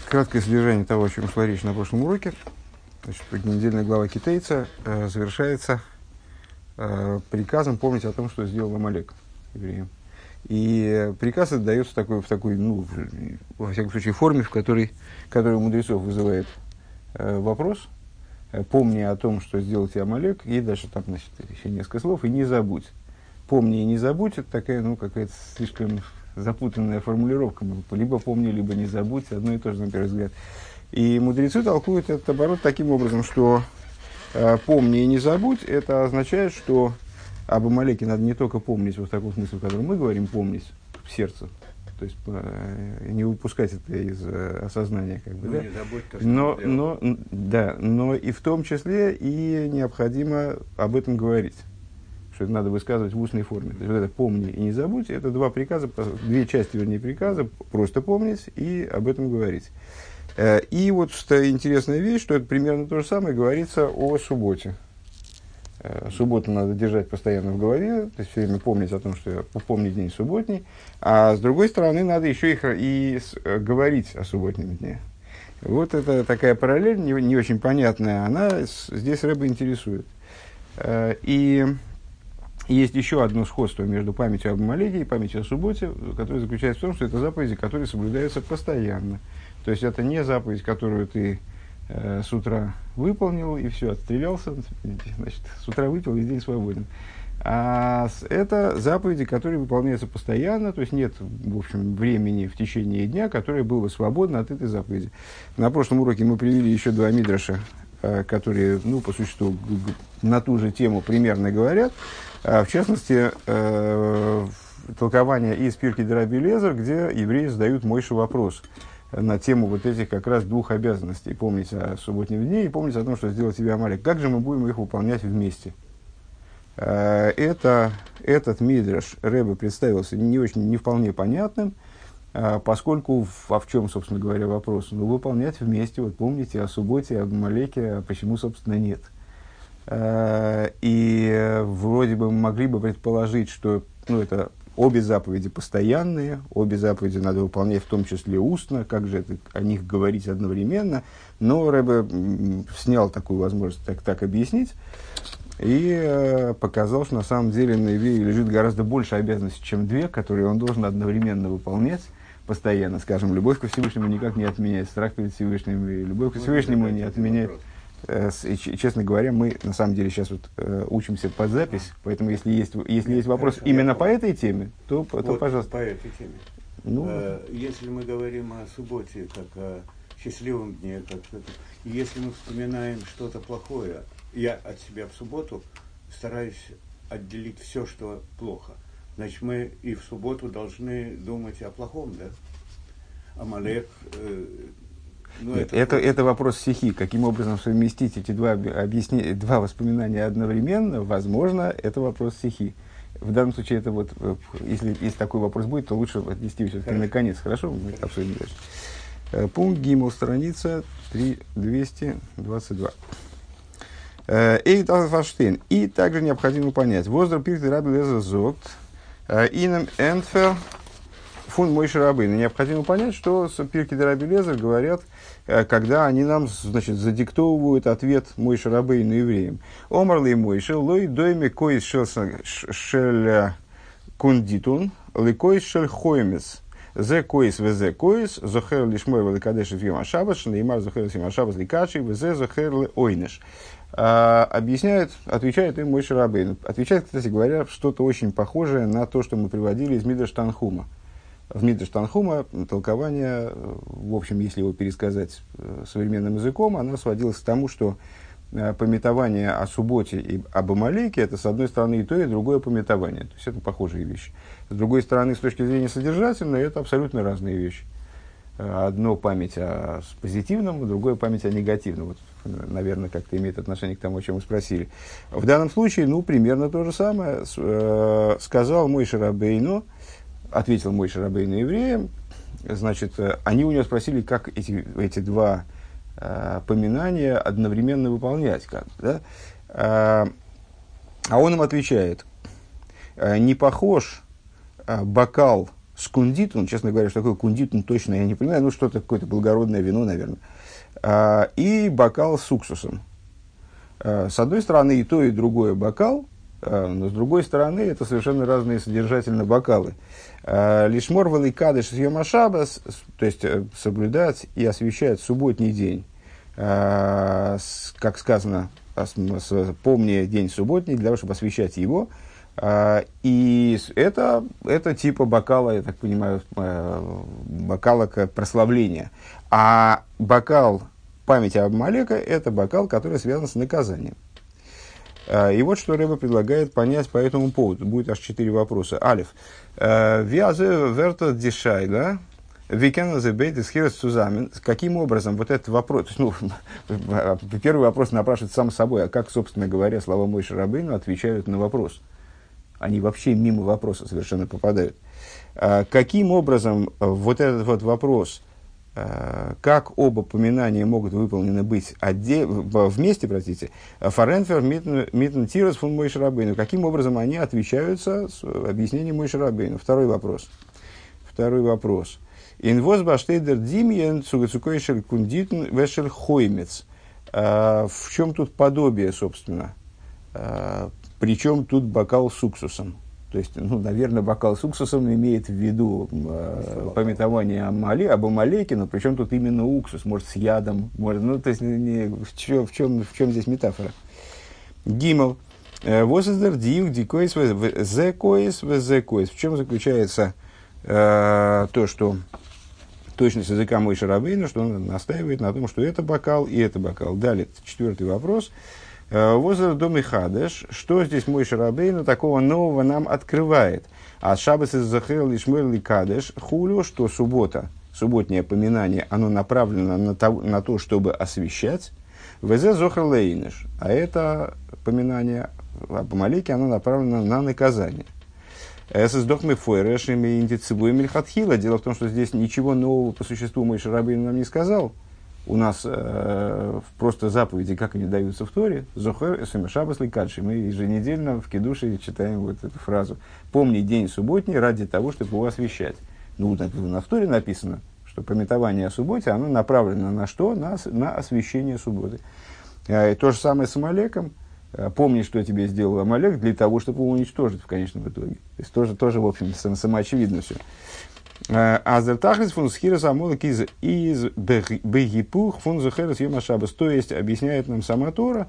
Краткое содержание того, о чем шла речь на прошлом уроке. Значит, недельная глава китайца завершается приказом помнить о том, что сделал Амалек евреям. И приказ отдается в такой, во всяком случае, форме, которая у мудрецов вызывает вопрос. Помни о том, что сделал тебе Амалек, и дальше там, значит, еще несколько слов, и не забудь. Помни и не забудь, это такая, какая-то слишком запутанная формулировка. Либо помни, либо не забудь, одно и то же, на первый взгляд. И мудрецы толкуют этот оборот таким образом, что помни и не забудь, это означает, что об Амалеке надо не только помнить в таком смысле, в котором мы говорим, помнить в сердце, то есть не выпускать это из осознания, но и в том числе и необходимо об этом говорить, что это надо высказывать в устной форме. То есть вот это «помни и не забудь» — это две части, приказа: просто помнить и об этом говорить. И вот интересная вещь, что это примерно то же самое говорится о субботе. Субботу надо держать постоянно в голове, то есть все время помнить о том, что помни день субботний, а с другой стороны надо еще и говорить о субботнем дне. Вот это такая параллель, не очень понятная, она здесь Ребе интересует. И есть еще одно сходство между памятью об Амалеке и памятью о субботе, которое заключается в том, что это заповеди, которые соблюдаются постоянно. То есть это не заповедь, которую ты с утра выполнил и все, отстрелялся, значит, с утра выпил, весь день свободен. А это заповеди, которые выполняются постоянно, то есть нет, в общем, времени в течение дня, которое было свободно от этой заповеди. На прошлом уроке мы привели еще два мидраша, которые, по существу, на ту же тему примерно говорят. В частности, толкование из Пиркей де-Рабби Элиэзер, где евреи задают Мойше вопрос на тему вот этих как раз двух обязанностей: помнить о субботнем дне и помнить о том, что сделал тебе Амалек. Как же мы будем их выполнять вместе? Этот мидраш Ребе представился не вполне понятным, поскольку, в чем, собственно говоря, вопрос? Выполнять вместе, помните о субботе, об Амалеке, а почему, собственно, нет? И вроде бы мы могли бы предположить, что это обе заповеди постоянные, обе заповеди надо выполнять в том числе устно, как же это, о них говорить одновременно. Но Ребе снял такую возможность так объяснить и показал, что на самом деле на еврея лежит гораздо больше обязанностей, чем две, которые он должен одновременно выполнять постоянно. Скажем, любовь ко Всевышнему никак не отменяет страх перед Всевышним, и любовь ко Всевышнему не отменяет. Честно говоря, мы на самом деле сейчас учимся под запись, поэтому если есть вопрос именно по этой теме, то пожалуйста. По этой теме. Если мы говорим о субботе как о счастливом дне, и если мы вспоминаем что-то плохое, я от себя в субботу стараюсь отделить все, что плохо. Значит, мы и в субботу должны думать о плохом, да? Амалек. Это вопрос стихи. Каким образом совместить эти два воспоминания одновременно, возможно, это вопрос стихи. В данном случае, если такой вопрос будет, то лучше отнести все-таки на конец. Хорошо? Мы обсудим дальше. Пункт Гимл, страница 222. И также необходимо понять. Воздух Пиркей де-Рабби Элиэзер зогт инем энтфер фун Мойше Рабейну. Необходимо понять, что Пиркей де-Рабби Элиэзер говорят, когда они нам, задиктовывают ответ Мойше Рабейну евреям. Омар ли Мойше, лой дойме коис шель кундитун, ли коис шель хоймес. Зе коис везе коис, зохер лишмой великадеш в йома шаббат, шнеймар зохер лишма шаббат ликачи, везе зохер ли ойнеш. Отвечает им Мойше Рабейну. Отвечает, кстати говоря, что-то очень похожее на то, что мы приводили из Мидраш Танхума. В Мидраш Танхума толкование, в общем, если его пересказать современным языком, оно сводилось к тому, что памятование о субботе и об Амалеке — это, с одной стороны, и то, и другое памятование. То есть это похожие вещи. С другой стороны, с точки зрения содержательной, это абсолютно разные вещи. Одно память о позитивном, другое память о негативном. Наверное, как-то имеет отношение к тому, о чем вы спросили. В данном случае, примерно то же самое. Сказал Мойше Рабейну, ответил Мойше Рабейну евреям. Значит, они у него спросили, как эти два поминания одновременно выполнять. Да? А он им отвечает: не похож бокал с кундитун, честно говоря, что такое кундитун, точно я не понимаю, ну, что-то, какое-то благородное вино, наверное, и бокал с уксусом. С одной стороны, и то, и другое бокал, но с другой стороны, это совершенно разные содержательно бокалы. Лишмор велый кадыш с йома шабас, то есть соблюдать и освящать субботний день, как сказано, помни день субботний, для того, чтобы освящать его. И это типа бокала, я так понимаю, бокала как прославления. А бокал памяти об Амалека – это бокал, который связан с наказанием. И вот что Ребе предлагает понять по этому поводу. Будет аж 4 вопроса. Алиф. Виазе верта дишайда. Викена зебейт из хирос сузамен. Каким образом вот этот вопрос... Ну, первый вопрос напрашивает сам собой. А как, собственно говоря, слова Моше Рабейну отвечают на вопрос? Они вообще мимо вопроса совершенно попадают. Каким образом вот этот вот вопрос... Как оба поминания могут выполнены быть вместе, фаренфер митн тирос фун Моше Рабейну. Каким образом они отвечаются с объяснением Моше Рабейну? Второй вопрос. Инвоз баштейдер димьен цугацукойшель кундитн вешель хоймец. В чем тут подобие, собственно? Причем тут бокал с уксусом? То есть, ну, наверное, бокал с уксусом имеет в виду памятование об Амалеке, но причем тут именно уксус, может, с ядом, может, ну, то есть, в чем здесь метафора? Гимл. Восиздер диюк дикоис зекоис везекоис. В чем заключается то, что точность языка Моше Рабейну, что он настаивает на том, что это бокал и это бокал. Далее, 4 вопрос. Возер доми хадеш, что здесь Моше Рабейну такого нового нам открывает? А шаббас из захел лишмер ли кадеш хулю, что субботнее поминание, оно направлено на то, чтобы освещать. Везе зохер лейнеш, а это поминание об Амалеке, оно направлено на наказание. Эсэсдохмы фойрешими индицибуем мильхатхила. Дело в том, что здесь ничего нового по существу Моше Рабейну нам не сказал. У нас просто заповеди, как они даются в Торе, «Зохер эсэм шаббас ликадши». Мы еженедельно в Кидуше читаем вот эту фразу. «Помни день субботний ради того, чтобы его освящать». Ну, в Торе написано, что памятование о субботе, оно направлено на что? На освящение субботы. И то же самое с Амалеком. Помни, что тебе сделал Амалек, для того, чтобы его уничтожить в конечном итоге. То есть тоже в общем, самоочевидно все. Азертахлис фун схирас амолек из бегипух фун захерас йома шаббас. То есть, объясняет нам сама Тора,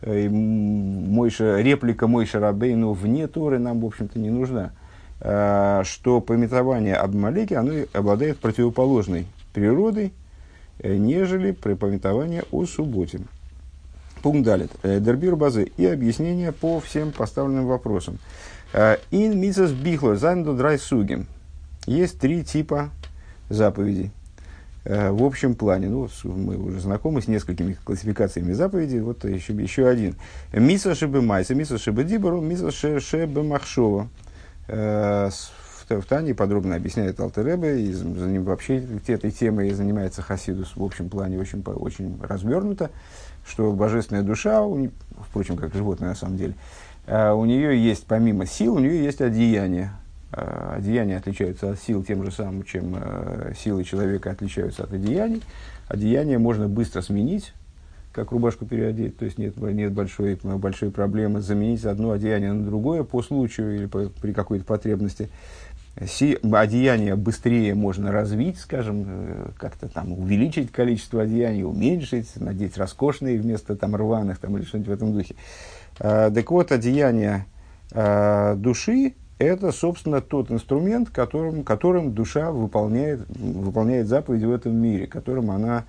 реплика Моше Рабейну вне Торы нам, в общем-то, не нужна, что памятование об Амалеке, оно обладает противоположной природой, нежели памятование о субботе. Пункт далит. Дербир базы и объяснение по всем поставленным вопросам. Ин мицас бихло занду драй сугим. Есть 3 типа заповедей в общем плане. Ну, мы уже знакомы с несколькими классификациями заповедей. Вот еще один. Миса шебе майса, миса шебе дибору, миса шебе махшова. В Тане подробно объясняет Алтер Ребе, и вообще этой темой занимается Хасидус в общем плане очень развернуто, что божественная душа, впрочем, как животное на самом деле, у нее есть, помимо сил, у нее есть одеяние. Одеяния отличаются от сил тем же самым, чем силы человека отличаются от одеяний. Одеяние можно быстро сменить, как рубашку переодеть, то есть нет большой проблемы заменить одно одеяние на другое по случаю или при какой-то потребности. Одеяние быстрее можно развить, скажем, как-то там увеличить количество одеяний, уменьшить, надеть роскошные вместо там рваных там, или что-нибудь в этом духе. Так вот, одеяние души – это, собственно, тот инструмент, которым душа выполняет заповеди в этом мире, которым она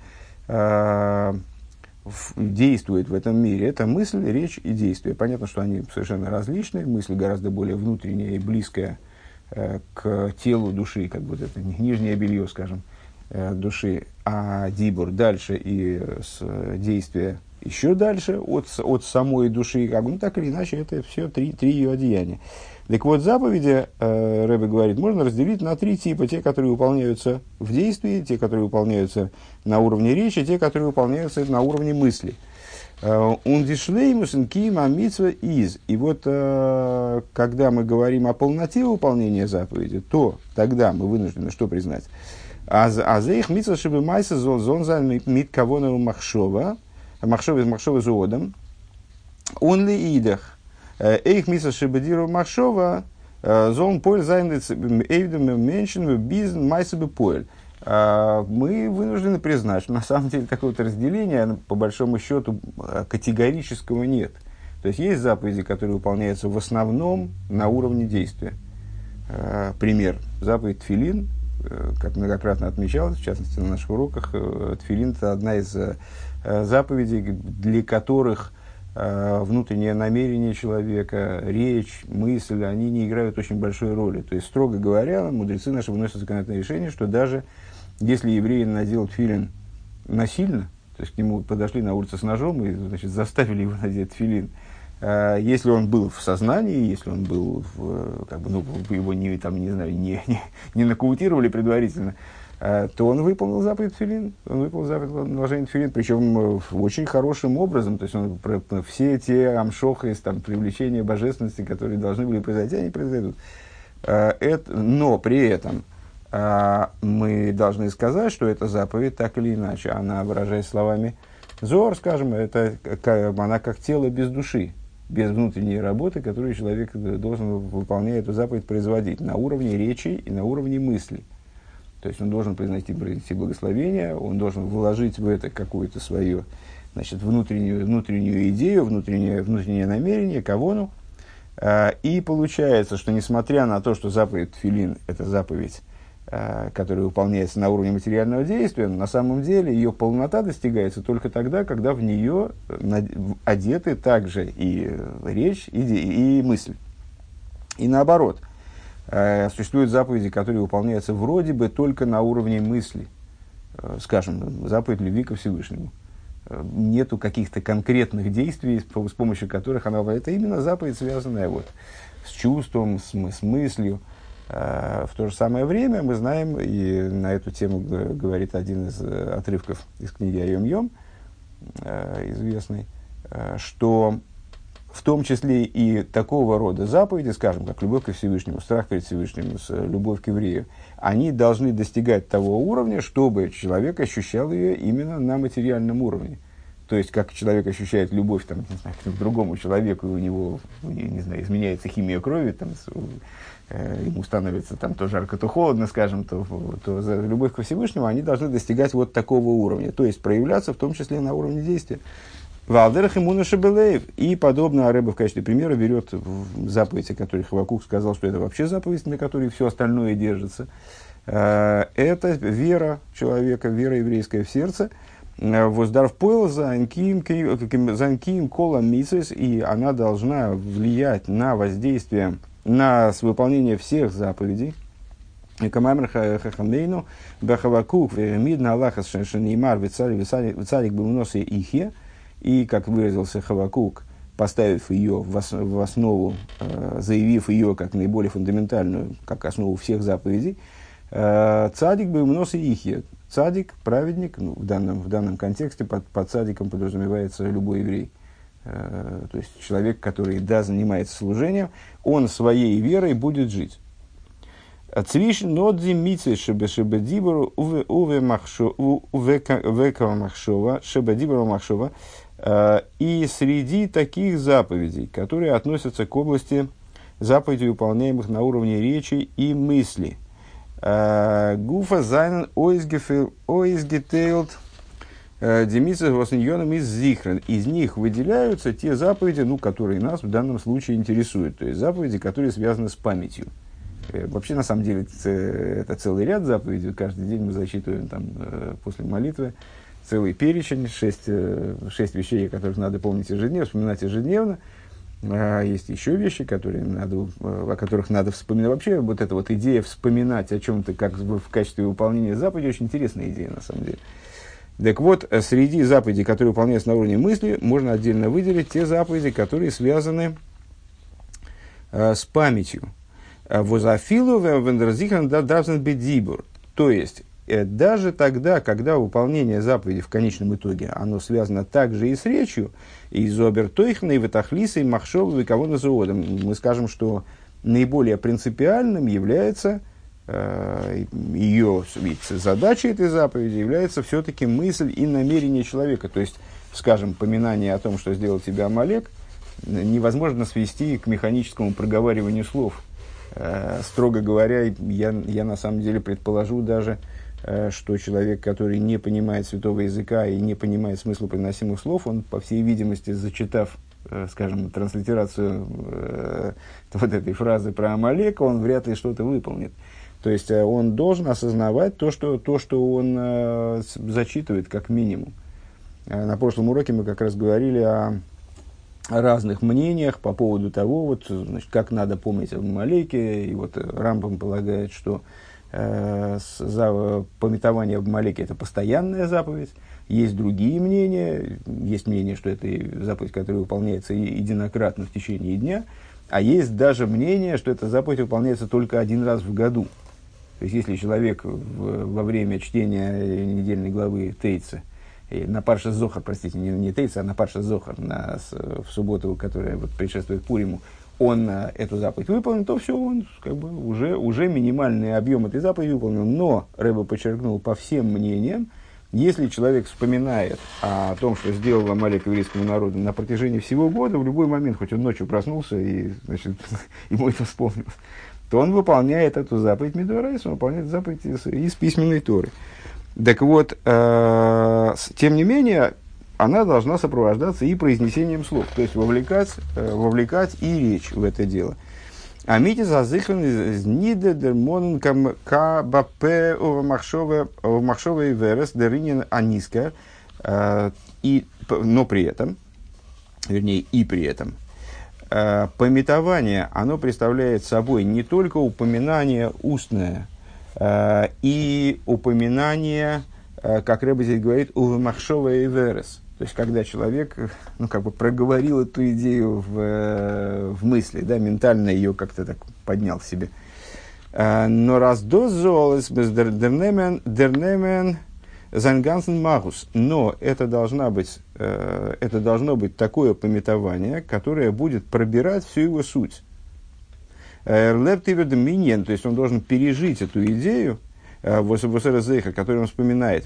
действует в этом мире. Это мысль, речь и действие. Понятно, что они совершенно различные. Мысль гораздо более внутренняя и близкая к телу души, как бы это нижнее белье, скажем, души, а дибур дальше и действие еще дальше от самой души, как бы, ну, так или иначе, это все три ее одеяния. Так вот, заповеди, Ребе говорит, можно разделить на 3 типа. Те, которые выполняются в действии, те, которые выполняются на уровне речи, те, которые выполняются на уровне мысли. Ундишлеймусен кима митсва из. И вот, когда мы говорим о полноте выполнения заповеди, то тогда мы вынуждены что признать? А за их митсва шибы майса зон за мит кавонова махшова зоодом. Он ли идах? Эйх митсва шибы диру махшова зон поль зайнец эйвдем меньшин бизн майса бы поэль. Мы вынуждены признать, что на самом деле такого-то разделения, по большому счету, категорического нет. То есть, есть заповеди, которые выполняются в основном на уровне действия. Пример. Заповедь тфилин, как многократно отмечалось, в частности, на наших уроках, тфилин – это одна из заповедей, для которых внутреннее намерение человека, речь, мысль, они не играют очень большой роли. То есть, строго говоря, мудрецы наши выносят законодательное решение, что даже если еврей надел тфилин насильно, то есть к нему подошли на улице с ножом и, значит, заставили его надеть тфилин, если он был в сознании, если он был, его не нокаутировали предварительно, то он выполнил заповедь тфилин, он выполнил заповедь наложения тфилин, причем очень хорошим образом, то есть он все те амшохи, привлечения божественности, которые должны были произойти, они произойдут. Но при этом мы должны сказать, что эта заповедь, так или иначе, она, выражаясь словами Зоар, скажем, она как тело без души, без внутренней работы, которую человек должен, выполняя эту заповедь, производить на уровне речи и на уровне мысли. То есть он должен произнести благословение, он должен вложить в это какую-то свою, значит, внутреннюю идею, внутреннее намерение, кавону. И получается, что несмотря на то, что заповедь тфилин – это заповедь, которая выполняется на уровне материального действия, на самом деле ее полнота достигается только тогда, когда в нее одеты также и речь, и мысль. И наоборот, существуют заповеди, которые выполняются вроде бы только на уровне мысли. Скажем, заповедь любви ко Всевышнему. Нету каких-то конкретных действий, с помощью которых она... Это именно заповедь, связанная с чувством, с мыслью. В то же самое время мы знаем, и на эту тему говорит один из отрывков из книги Айом-Йом, известный, что в том числе и такого рода заповеди, скажем, как любовь ко Всевышнему, страх перед Всевышним, любовь к еврею, они должны достигать того уровня, чтобы человек ощущал ее именно на материальном уровне. То есть, как человек ощущает любовь к другому человеку, и у него, изменяется химия крови, ему становится то жарко, то холодно, скажем, то за любовь ко Всевышнему, они должны достигать вот такого уровня. То есть, проявляться в том числе на уровне действия. Валдерах имуна шебелеев. И подобно Аребе в качестве примера берет заповедь, о которой Хавакук сказал, что это вообще заповедь, на которой все остальное держится. Это вера человека, вера еврейская в сердце. Воздарв поэл занким кола мисес, и она должна влиять на воздействие, на выполнение всех заповедей. Камамер хахамейну бахавакук веремид на Аллаха шанеймар вицарик бумносе ихе. И, как выразился Хавакук, поставив ее в основу, заявив ее как наиболее фундаментальную, как основу всех заповедей, цадик бумносе ихе. Цадик, праведник, в данном контексте под цадиком подразумевается любой еврей. То есть человек, который, занимается служением, он своей верой будет жить. Цвиш нодзи митце шебедибору уве махшова шебедибору махшова. И среди таких заповедей, которые относятся к области заповедей, выполняемых на уровне речи и мысли, Гуфа зайнен ойзгетейлд демица восньоном из зихрен. Из них выделяются те заповеди, которые нас в данном случае интересуют. То есть заповеди, которые связаны с памятью. Вообще, на самом деле, это целый ряд заповедей. Каждый день мы зачитываем после молитвы целый перечень, 6 вещей, о которых надо помнить ежедневно, вспоминать ежедневно. Есть еще вещи, о которых надо вспоминать. Вообще, вот эта вот идея вспоминать о чем-то как в качестве выполнения заповеди, очень интересная идея, на самом деле. Так вот, среди заповедей, которые выполняются на уровне мысли, можно отдельно выделить те заповеди, которые связаны с памятью. Возафилу вендерзихан дравзен бедибур. То есть, даже тогда, когда выполнение заповеди в конечном итоге, оно связано также и с речью, и зобертойхной, ватахлисой, махшовой, кого назоводом, мы скажем, что наиболее принципиальным является ее задачей этой заповеди, является все-таки мысль и намерение человека. То есть, скажем, поминание о том, что сделал тебя Амалек, невозможно свести к механическому проговариванию слов. Строго говоря, я на самом деле предположу даже, что человек, который не понимает святого языка и не понимает смысла произносимых слов, он, по всей видимости, зачитав, скажем, транслитерацию вот этой фразы про Амалека, он вряд ли что-то выполнит. То есть он должен осознавать то, что он зачитывает, как минимум. На прошлом уроке мы как раз говорили о разных мнениях по поводу того, вот, значит, как надо помнить об Амалеке. И вот Рамбам полагает, что памятование об Амалеке – это постоянная заповедь. Есть другие мнения. Есть мнение, что это заповедь, которая выполняется единократно в течение дня. А есть даже мнение, что эта заповедь выполняется только один раз в году. То есть, если человек во время чтения недельной главы Тейца, на Паршас Зохар, простите, не Тейца, а на Паршас Зохар, в субботу, которая вот предшествует Пуриму, он эту заповедь выполнил, то все, он как бы уже минимальный объем этой заповеди выполнил. Но Рэбе подчеркнул по всем мнениям, если человек вспоминает о том, что сделал Амалек еврейскому народу на протяжении всего года, в любой момент, хоть он ночью проснулся и, значит, ему это вспомнилось, то он выполняет эту заповедь Мидорайс, он выполняет заповедь из письменной Торы. Так вот, тем не менее, она должна сопровождаться и произнесением слов, то есть вовлекать и речь в это дело. Амити зазыхан из ниде дермонен кабапе овмахшове верес деринен аниска, но при этом, вернее, и при этом, памятование, оно представляет собой не только упоминание устное, и упоминание, как Рэбе здесь говорит, «увмахшова и верес». То есть, когда человек проговорил эту идею в мысли, да, ментально ее как-то так поднял в себе. Но раздозолес без дернемен зангансен магус. Но это должно быть такое памятование, которое будет пробирать всю его суть. То есть он должен пережить эту идею, которую он вспоминает.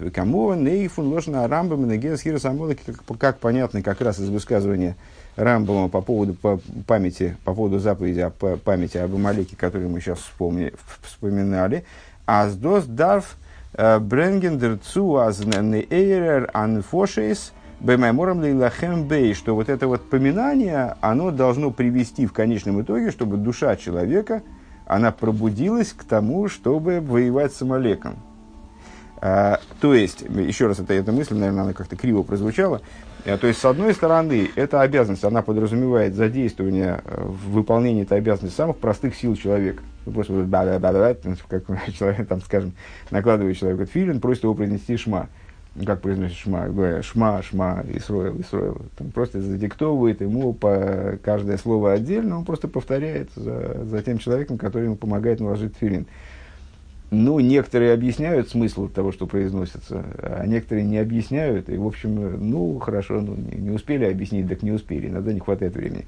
Как понятно как раз из высказывания Рамбама по поводу заповеди о памяти об Амалеке, которую мы сейчас вспоминали. Аздос дарф бренген дерцу азнеэйрер анфошейс бэмайморам лейлахем бэй, что вот это вот поминание, оно должно привести в конечном итоге, чтобы душа человека, она пробудилась к тому, чтобы воевать с Амалеком. То есть, еще раз, эта мысль, наверное, она как-то криво прозвучала. То есть, с одной стороны, эта обязанность, она подразумевает задействование в выполнении этой обязанности самых простых сил человека. Просто как человек, там, скажем, накладывает человеку тфилин, просит его произнести шма. Как произносит шма? Говоря, шма, Исроэл. Там просто задиктовывает ему каждое слово отдельно, он просто повторяет за тем человеком, который ему помогает наложить тфилин. Ну, некоторые объясняют смысл того, что произносится, а некоторые не объясняют. И, в общем, хорошо, не успели объяснить, так не успели, иногда не хватает времени.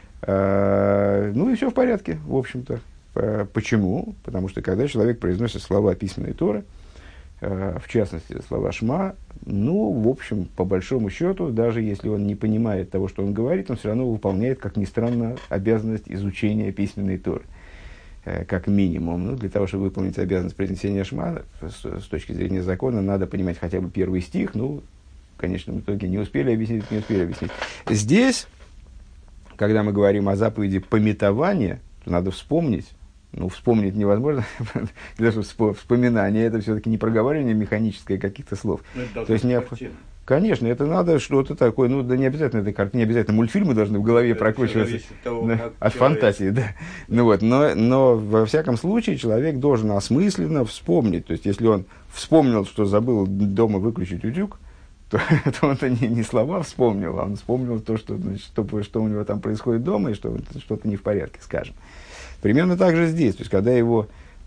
И все в порядке, в общем-то. Почему? Потому что, когда человек произносит слова письменной Торы, в частности, слова «шма», в общем, по большому счету, даже если он не понимает того, что он говорит, он все равно выполняет, как ни странно, обязанность изучения письменной Торы. Как минимум. Для того, чтобы выполнить обязанность произнесения «шма», с точки зрения закона, надо понимать хотя бы первый стих. В конечном итоге не успели объяснить. Здесь, когда мы говорим о заповеди памятования, то надо вспомнить. Вспомнить невозможно, даже вспоминание, это все-таки не проговаривание механическое каких-то слов. То есть конечно, это надо что-то такое, да не обязательно это картина, не обязательно мультфильмы должны в голове прокручиваться от фантазии, да. Но во всяком случае человек должен осмысленно вспомнить. То есть, если он вспомнил, что забыл дома выключить утюг, то он не слова вспомнил, а он вспомнил то, что у него там происходит дома, и что что-то не в порядке, скажем. Примерно так же здесь. То есть, когда его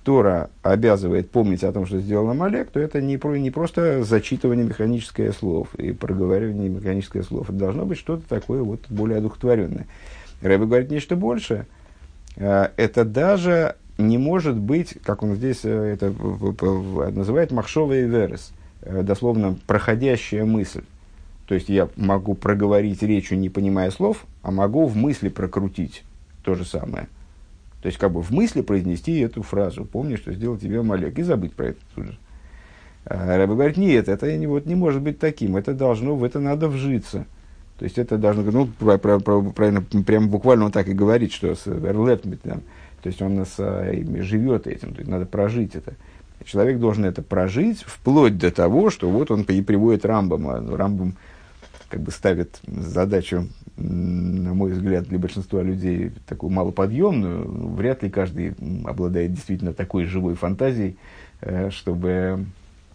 Тора обязывает помнить о том, что сделал Амалек, то это не просто зачитывание механических слов и проговаривание механических слов. Это должно быть что-то такое вот более одухотворенное. Ребе говорит нечто большее. Это даже не может быть, как он здесь это называет, махшова и верес, дословно проходящая мысль. То есть я могу проговорить речью, не понимая слов, а могу в мысли прокрутить то же самое. То есть, как бы в мысли произнести эту фразу. Помни, что сделал тебе Амалек. И забыть про это тут же. Ребе говорит, нет, это не может быть таким. Это должно, в это надо вжиться. То есть, это должно, ну, правильно, прямо буквально он так и говорит, что с то есть, он нас живет этим. То есть, надо прожить это. Человек должен это прожить вплоть до того, что вот он и приводит Рамбама. Рамбам как бы ставит задачу, на мой взгляд, для большинства людей такую малоподъемную. Вряд ли каждый обладает действительно такой живой фантазией, чтобы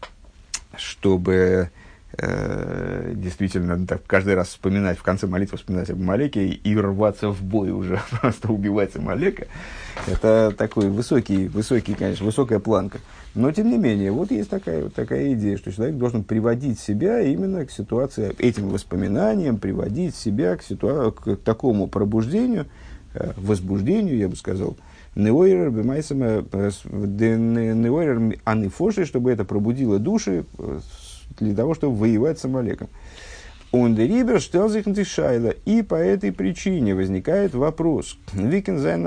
действительно так, каждый раз вспоминать, в конце молитвы вспоминать об Амалеке и рваться в бой уже, просто убивать Амалека. Это такой высокий, конечно, высокая планка. Но, тем не менее, вот есть такая идея, что человек должен приводить себя именно к ситуации, этим воспоминаниям, приводить себя к такому пробуждению, возбуждению, я бы сказал, неойрер анифоши, чтобы это пробудило души для того, чтобы воевать с Амалеком. И по этой причине возникает вопрос. И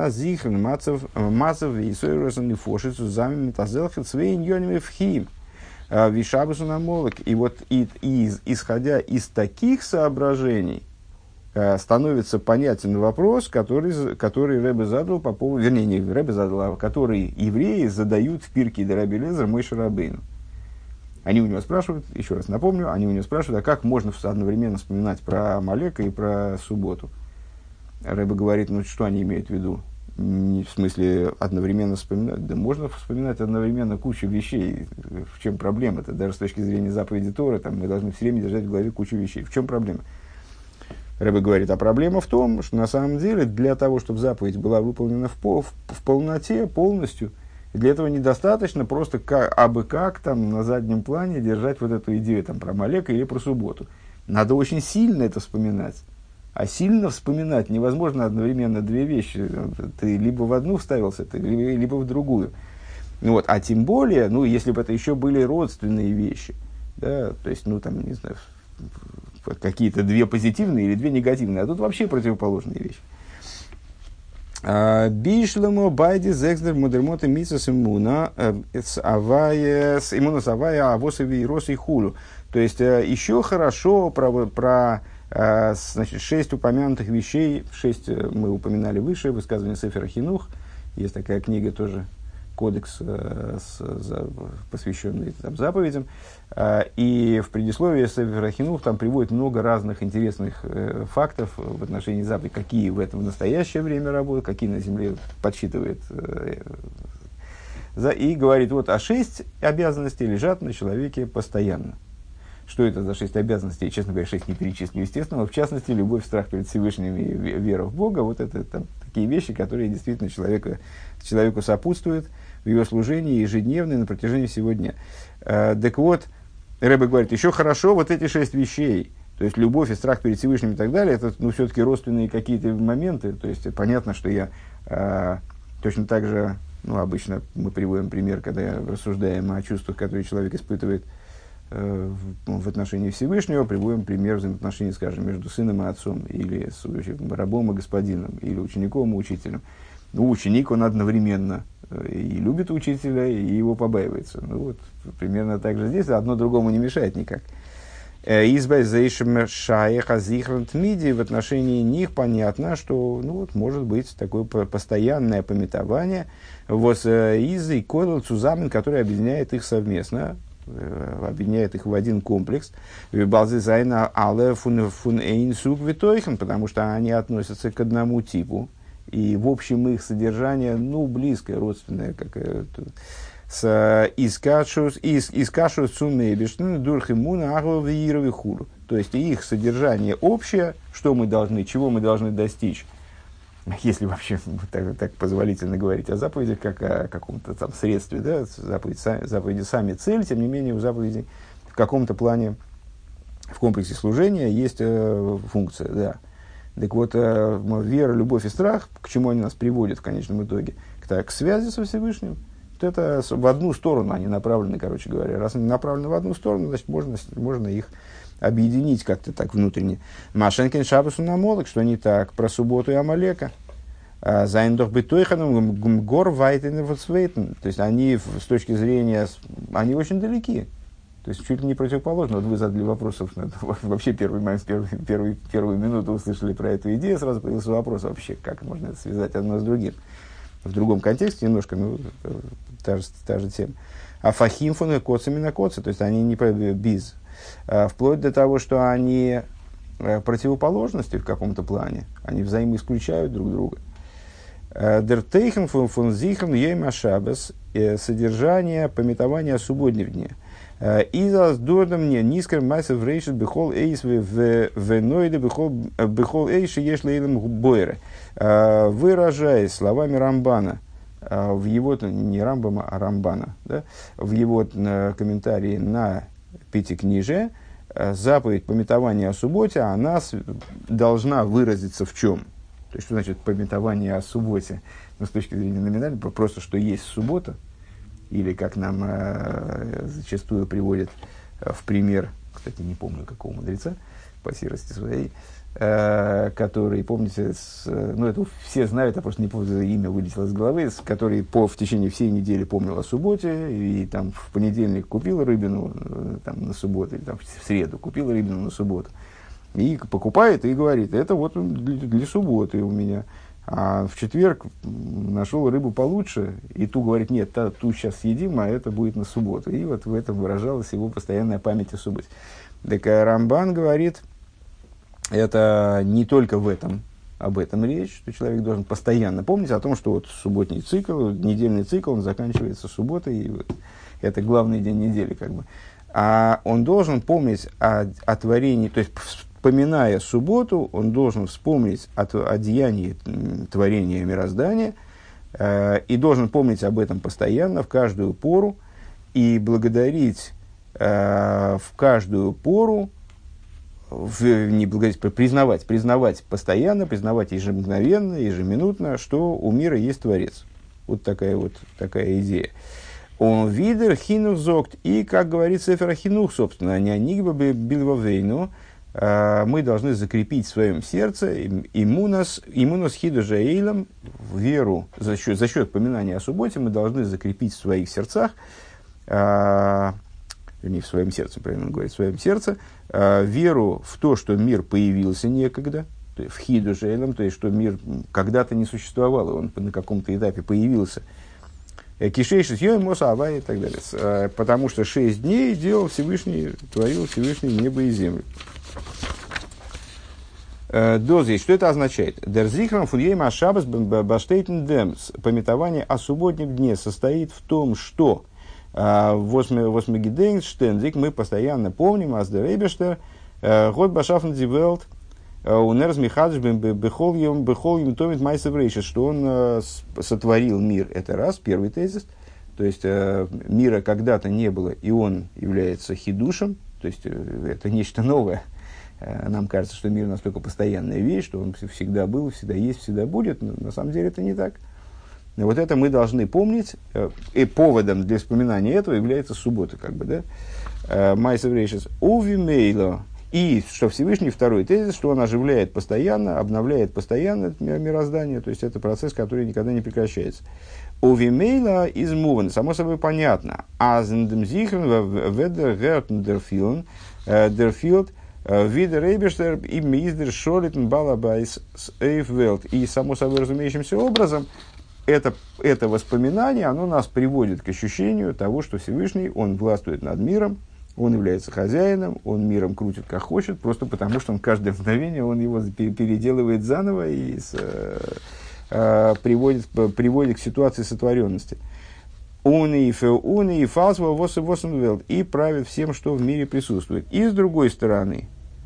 вот исходя из таких соображений, становится понятен вопрос, который Ребе задал по поводу, вернее, не Ребе задал, а который евреи задают в Пиркей де Раби Элиэзер Моше Рабейну. Они у него спрашивают, еще раз напомню, а как можно одновременно вспоминать про Амалека и про субботу? Ребе говорит, ну что они имеют в виду? В смысле, одновременно вспоминать? Да можно вспоминать одновременно кучу вещей. В чем проблема-то? Даже с точки зрения заповеди Торы, там, мы должны все время держать в голове кучу вещей. В чем проблема? Ребе говорит, а проблема в том, что на самом деле для того, чтобы заповедь была выполнена в полноте, полностью, для этого недостаточно просто абы как там на заднем плане держать вот эту идею там, про Амалека или про субботу. Надо очень сильно это вспоминать. А сильно вспоминать невозможно одновременно две вещи. Ты либо в одну вставился, либо в другую. Вот. А тем более, ну, если бы это еще были родственные вещи, да, то есть, ну, там, не знаю, какие-то две позитивные или две негативные, а тут вообще противоположные вещи. Бишлемо байди зекздер модермоты мисас иммуна иммуна савая авосови и росы и хулю. То есть, еще хорошо про значит, 6 упомянутых вещей, 6 мы упоминали выше, высказывание Сефера Хинух, есть такая книга тоже, кодекс, посвященный там, заповедям. И в предисловии Сефера Хинух там приводит много разных интересных фактов в отношении заповедей, какие в этом в настоящее время работают, какие на земле подсчитывает. И говорит, вот, а 6 обязанностей лежат на человеке постоянно. Что это за 6 обязанностей? Честно говоря, 6 не перечислю, естественно. В частности, любовь, страх перед Всевышним и вера в Бога. Вот это там, такие вещи, которые действительно человеку сопутствуют в его служении ежедневно на протяжении всего дня. Так вот, Ребе говорит, еще хорошо вот эти 6 вещей. То есть, любовь и страх перед Всевышним и так далее, это, ну, все-таки родственные какие-то моменты. То есть, понятно, что я точно так же, ну, обычно мы приводим пример, когда рассуждаем о чувствах, которые человек испытывает в отношении Всевышнего, приводим пример взаимоотношений, скажем, между сыном и отцом, или с рабом и господином, или учеником и учителем. Ну, ученик, он одновременно и любит учителя, и его побаивается. Ну, вот, примерно так же здесь, одно другому не мешает никак. В отношении них понятно, что, ну, вот, может быть такое постоянное памятование из и кодл цузамен, который объединяет их совместно, объединяет их в один комплекс, потому что они относятся к одному типу, и в общем их содержание, ну, близкое, родственное, как искашус сумебишны дурхимуна агвы ирови хуру. То есть их содержание общее, чего мы должны достичь если вообще так позволительно говорить о заповедях, как о каком-то там средстве, да, заповеди сами цель, тем не менее у заповедей в каком-то плане в комплексе служения есть функция, да. Так вот, вера, любовь и страх, к чему они нас приводят в конечном итоге? К связи со Всевышним. Вот это в одну сторону они направлены, короче говоря. Раз они направлены в одну сторону, значит, можно их объединить как-то так внутренне. Машенкин Шабасу намолок, что они так про субботу и Амалека. Зайндох битойханом гор вайтен вацвейтен. То есть они с точки зрения, они очень далеки. То есть чуть ли не противоположно. Вот вы задали вопрос, вообще первую минуту услышали про эту идею, сразу появился вопрос вообще, как можно это связать одно с другим. В другом контексте немножко, ну, та же тема. А фахимфон и коцами на коцы, то есть они не биз. Вплоть до того, что они противоположности в каком-то плане, они взаимоисключают друг друга. Дертейхен фон зихен ейма шабес, содержание памятования о субботнем дне. Изас дурдом мне низким майсов рейшит бихол эйс венойде бихол эйши еш лейлем бойре. Выражаясь словами Рамбана, в его, не Рамбама, а Рамбана, да, в его комментарии на Пятикнижие, заповедь памятования о субботе, она должна выразиться в чем? То есть, что значит памятование о субботе? Ну, с точки зрения номинальной, просто что есть суббота, или как нам зачастую приводят в пример, кстати, не помню какого мудреца, по серости своей, который, помните, ну это все знают, я просто не помню, имя вылетело из головы, который в течение всей недели помнил о субботе, и там в понедельник купил рыбину там, на субботу, или там, в среду купил рыбину на субботу, и покупает и говорит, это вот для субботы у меня. А в четверг нашел рыбу получше, и ту говорит, нет, ту сейчас съедим, а это будет на субботу. И вот в этом выражалась его постоянная память о субботе. Так Рамбан говорит, это не только об этом речь, что человек должен постоянно помнить о том, что вот субботний цикл, недельный цикл, он заканчивается субботой, и вот это главный день недели, как бы. А он должен помнить о творении, то есть вспоминая субботу, он должен вспомнить о деянии творения мироздания и должен помнить об этом постоянно, в каждую пору, и благодарить в каждую пору, не благодарить, признавать постоянно, признавать ежемгновенно, ежеминутно, что у мира есть Творец. Вот такая идея. Он видер хинух зогт, и, как говорит Сефер хинух, собственно, не анигба билвавейну, мы должны закрепить в своем сердце иммунос хидужа эйлам, веру, за счет поминания о субботе, мы должны закрепить в своих сердцах, не в своем сердце, правильно говорить, в своем сердце, веру в то, что мир появился некогда, то есть в хидужа эйлам, то есть что мир когда-то не существовал, и он на каком-то этапе появился. Кишейшис йой моса авай и так далее. Потому что 6 дней творил Всевышний небо и землю. Дози, что это означает? Дерзихрам фуньейма шабас баштейтен демс. Памятование о субботнем дне состоит в том, что восьмигидейнштендик мы постоянно помним, аздерейбештер, год башафн дивелт, унерз михадж бехол им томит майсев рейшес, что он сотворил мир. Это раз, первый тезис. То есть мира когда-то не было, и он является хидушем, то есть это нечто новое. Нам кажется, что мир настолько постоянная вещь, что он всегда был, всегда есть, всегда будет. Но на самом деле это не так. И вот это мы должны помнить. И поводом для вспоминания этого является суббота, как бы, да? Майсев рейшес. Увимейло. И что Всевышний, второй тезис, что он оживляет постоянно, обновляет постоянно мироздание. То есть это процесс, который никогда не прекращается. Увимейла из муван. Само собой понятно. Азендемзихрен ведер гертен дерфилн дерфилд. Видер Эйбештер и Миздер Шолитн Балабайс с Эйфвелт. И само собой разумеющимся образом это воспоминание, оно нас приводит к ощущению того, что Всевышний, он властвует над миром, он является хозяином, он миром крутит как хочет, просто потому что он каждое мгновение он его переделывает заново и приводит к ситуации сотворенности. И правит всем, что в мире присутствует. И с другой стороны,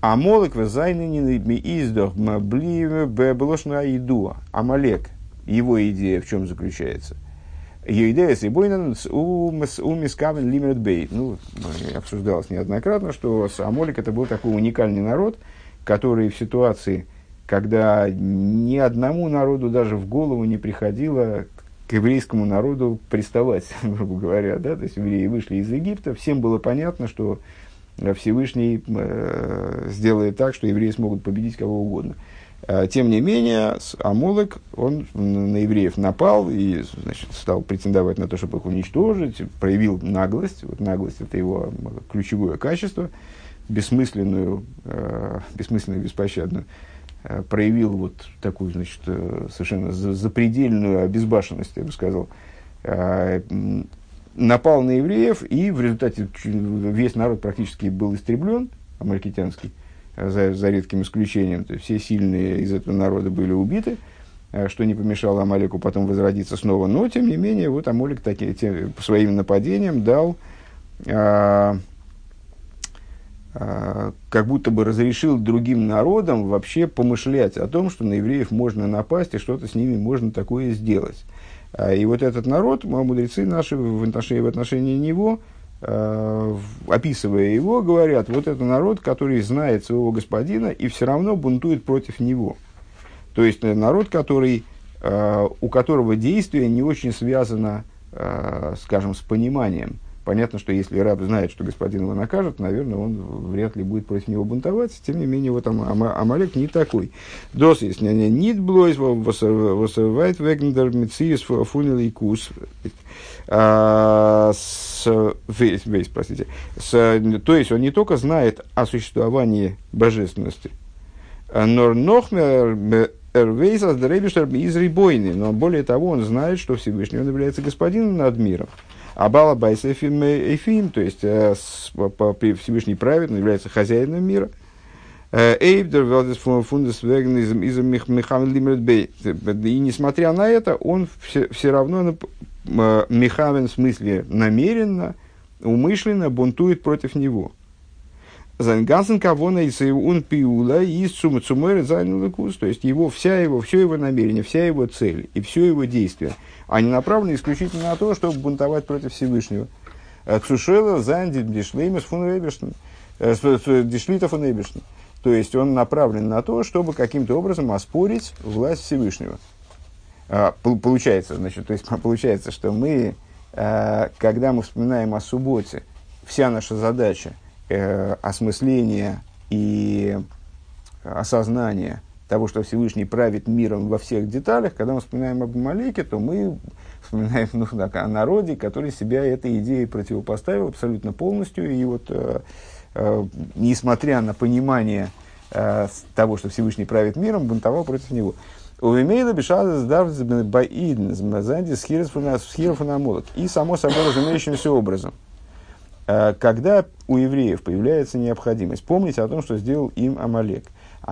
Амолек везайненин издох блив белошна иду. Амалек, его идея в чем заключается? Ее идея с Ибойнан у Мискавен Лимерт Бей. Ну, обсуждалось неоднократно, что Амолек это был такой уникальный народ, который в ситуации, когда ни одному народу даже в голову не приходило к еврейскому народу приставать, грубо говоря, да, то есть евреи вышли из Египта, всем было понятно, что Всевышний сделает так, что евреи смогут победить кого угодно. Тем не менее, Амолек, он на евреев напал и, значит, стал претендовать на то, чтобы их уничтожить, проявил наглость. Вот наглость – это его ключевое качество, бессмысленную, беспощадную. Проявил вот такую, значит, совершенно запредельную обезбашенность, я бы сказал. Напал на евреев, и в результате весь народ практически был истреблен, амаликитянский, за редким исключением. То есть все сильные из этого народа были убиты, что не помешало Амалеку потом возродиться снова. Но, тем не менее, вот Амалек своим нападением дал, как будто бы разрешил другим народам вообще помышлять о том, что на евреев можно напасть и что-то с ними можно такое сделать. И вот этот народ, мудрецы наши в отношении него, описывая его, говорят, вот это народ, который знает своего господина и все равно бунтует против него. То есть народ, у которого действие не очень связано, скажем, с пониманием. Понятно, что если раб знает, что господин его накажет, наверное, он вряд ли будет против него бунтовать. Тем не менее, вот Амалек не такой. Дос есть нит блойс восвайт вегндер мициис фунил и кус. То есть он не только знает о существовании божественности, но более того, он знает, что Всевышний он является господином над миром. А Бала Байс Эфим, то есть Всевышний правит, он является хозяином мира. И несмотря на это, он все равно мехавен, в смысле намеренно, умышленно бунтует против него. То есть все его намерение, вся его цель и все его действие, они направлены исключительно на то, чтобы бунтовать против Всевышнего. То есть он направлен на то, чтобы каким-то образом оспорить власть Всевышнего. Получается, что мы, когда мы вспоминаем о субботе, вся наша задача осмысления и осознания того, что Всевышний правит миром во всех деталях, когда мы вспоминаем об Амалеке, то мы вспоминаем о народе, который себя этой идее противопоставил абсолютно полностью. И вот, несмотря на понимание того, что Всевышний правит миром, бунтовал против него. И само собой разумеющимся образом, когда у евреев появляется необходимость помнить о том, что сделал им Амалек,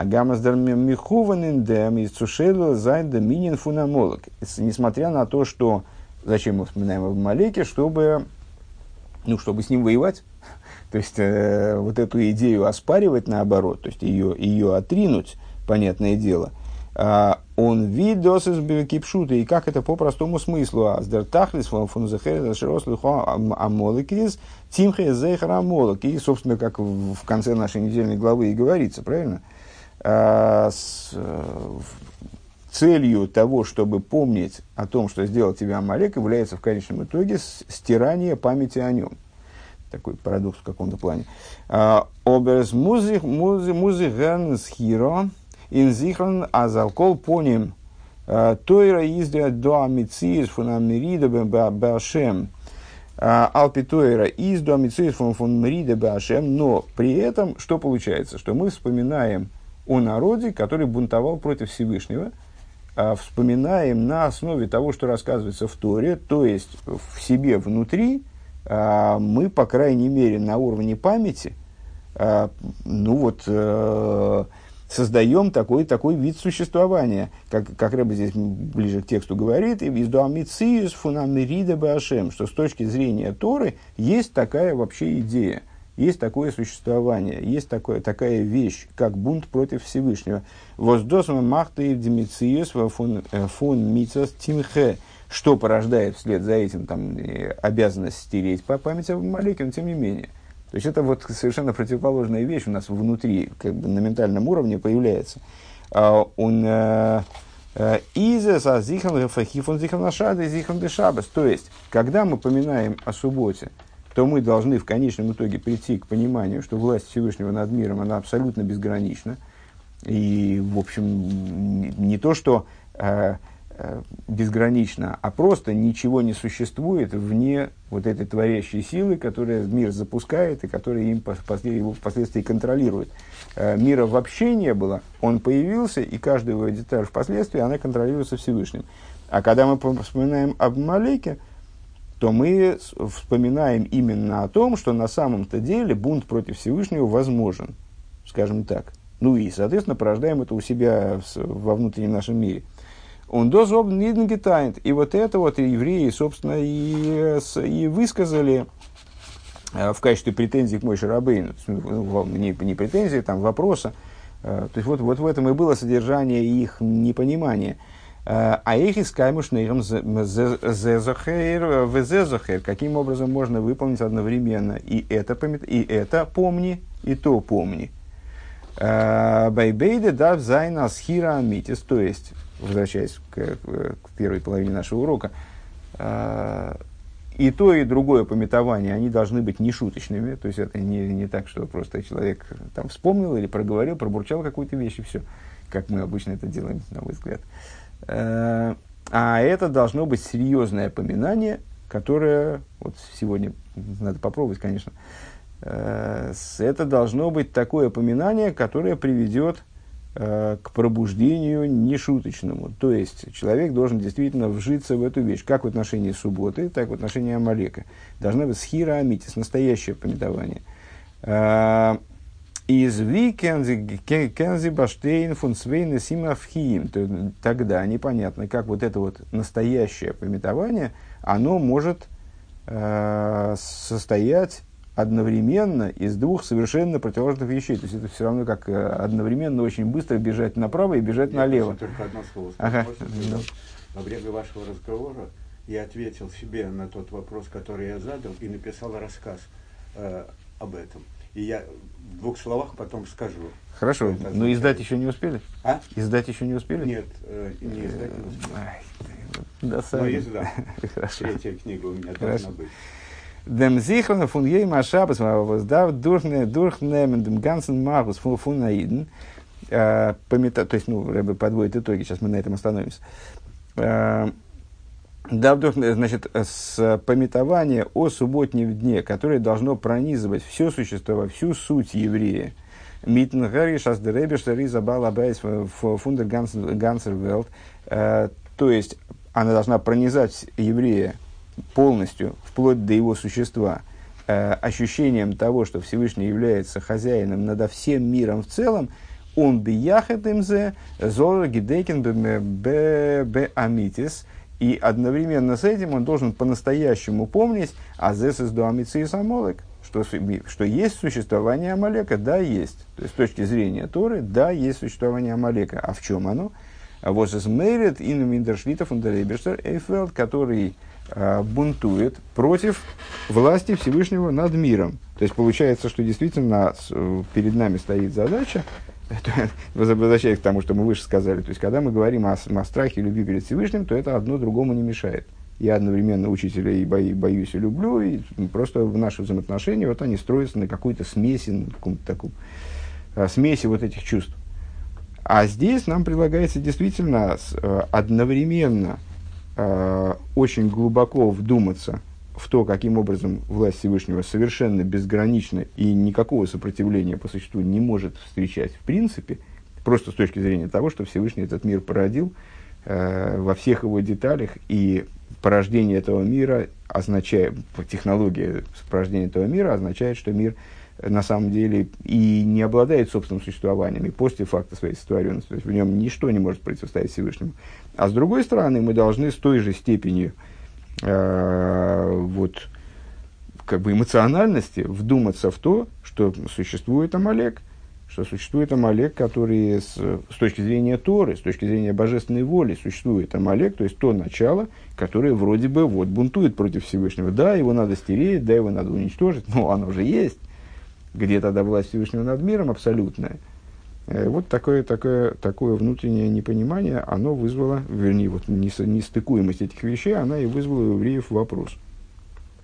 несмотря на то, что зачем мы вспоминаем об Амалеке, чтобы с ним воевать, то есть вот эту идею оспаривать наоборот, то есть ее отринуть, понятное дело, он видос из бекипшута, и как это по простому смыслу, аздертахлис фунзехерез широслихо амолекис тимхе зехар амолек, и собственно как в конце нашей недельной главы и говорится, правильно? С целью того, чтобы помнить о том, что сделал тебя Амалек, является в конечном итоге стирание памяти о нем. Такой парадокс в каком-то плане. Оберс музых гернс хиро инзихан азалкол поним тойра издя до амициис фунамирида башем алпи тойра из до амициис фунамирида башем. Но при этом что получается? Что мы вспоминаем о народе, который бунтовал против Всевышнего, вспоминаем на основе того, что рассказывается в Торе, то есть в себе внутри, мы, по крайней мере, на уровне памяти, создаем такой вид существования, как Рэбе здесь ближе к тексту говорит, что с точки зрения Торы есть такая вообще идея. есть такое существование, есть такая вещь, как бунт против Всевышнего. Воздосма махты демициус фон мицас тимхе, что порождает вслед за этим там, обязанность стереть по памяти об Амалеке, но тем не менее. То есть это вот совершенно противоположная вещь у нас внутри, как бы на ментальном уровне появляется. То есть, когда мы поминаем о субботе, то мы должны в конечном итоге прийти к пониманию, что власть Всевышнего над миром, она абсолютно безгранична. И, в общем, не то, что безгранично, а просто ничего не существует вне вот этой творящей силы, которая мир запускает и которая его впоследствии контролирует. Мира вообще не было, он появился, и каждая его деталь впоследствии, она контролируется Всевышним. А когда мы вспоминаем об Амалеке, то мы вспоминаем именно о том, что на самом-то деле бунт против Всевышнего возможен, скажем так. Ну и, соответственно, порождаем это у себя во внутреннем нашем мире. Он дозоб ниднгетайнт. И вот это вот евреи, собственно, и высказали в качестве претензий к Моше Рабейну. Не претензии, там вопроса. То есть вот в этом и было содержание их непонимания. А их искаймуш нейром зезохейр везезохейр. Каким образом можно выполнить одновременно и это помни, и то помни. Байбейде дав зайна схира амитис. То есть, возвращаясь к первой половине нашего урока, и то, и другое памятование, они должны быть нешуточными. То есть, это не так, что просто человек там вспомнил или проговорил, пробурчал какую-то вещь, и все, как мы обычно это делаем, на мой взгляд. А это должно быть серьезное поминание, которое, вот сегодня надо попробовать, конечно, это должно быть такое поминание, которое приведет к пробуждению нешуточному. То есть, человек должен действительно вжиться в эту вещь, как в отношении субботы, так и в отношении Амалека. Должна быть схира амитис, настоящее памятование. Из викензи баштейн фун свейн симафхиим. Тогда непонятно, как вот это вот настоящее памятование, оно может состоять одновременно из двух совершенно противоположных вещей. То есть это все равно как одновременно очень быстро бежать направо и бежать налево. Только одно слово. Ага. Во время вашего разговора я ответил себе на тот вопрос, который я задал, и написал рассказ об этом. И я в двух словах потом скажу. Хорошо, но издать еще не успели? А? Издать еще не успели? Нет, не издать не успели. Досадно. Но издам. Третья книга у меня должна быть. Dem Zichron von Yom Shabbos was darf durchnehmen dem ganzen Markus von Naiden. То есть, Рэбе подводит итоги, сейчас мы на этом остановимся. Значит, с памятования о субботнем дне, которое должно пронизывать все существо, всю суть еврея. Митнгари шаздеребе штари забал абайс фундер гансервелт. То есть, она должна пронизать еврея полностью, вплоть до его существа, ощущением того, что Всевышний является хозяином над всем миром в целом, он бияхет имзе, зор гидейкен бе амитис, и одновременно с этим он должен по-настоящему помнить азес из дуамицы и самолек, что есть существование Амалека, да, есть. То есть, с точки зрения Торы, да, есть существование Амалека. А в чем оно? Вот из Мейрит и Миндершлитов Ундереберштер Эйфелд, который бунтует против власти Всевышнего над миром. То есть, получается, что действительно перед нами стоит задача, возвращаясь к тому, что мы выше сказали, то есть, когда мы говорим о страхе и любви перед Всевышним, то это одно другому не мешает. Я одновременно учителя и боюсь и люблю, и просто в наши взаимоотношения вот они строятся на какой-то смеси, на каком-то таком смеси вот этих чувств. А здесь нам предлагается действительно одновременно очень глубоко вдуматься в то, каким образом власть Всевышнего совершенно безгранична и никакого сопротивления по существу не может встречать в принципе, просто с точки зрения того, что Всевышний этот мир породил во всех его деталях, и порождение этого мира означает, технология порождения этого мира означает, что мир на самом деле и не обладает собственным существованием, и после факта своей сотворенности, то есть в нем ничто не может противостоять Всевышнему. А с другой стороны, мы должны с той же степенью как бы эмоциональности вдуматься в то, что существует Амалек, который с точки зрения Торы, с точки зрения божественной воли существует Амалек, то есть то начало, которое вроде бы вот бунтует против Всевышнего. Да, его надо стереть, да, его надо уничтожить, но оно же есть. Где тогда власть Всевышнего над миром абсолютная? Вот такое внутреннее непонимание, оно вызвало, вернее, вот нестыкуемость этих вещей, она и вызвала у евреев вопрос.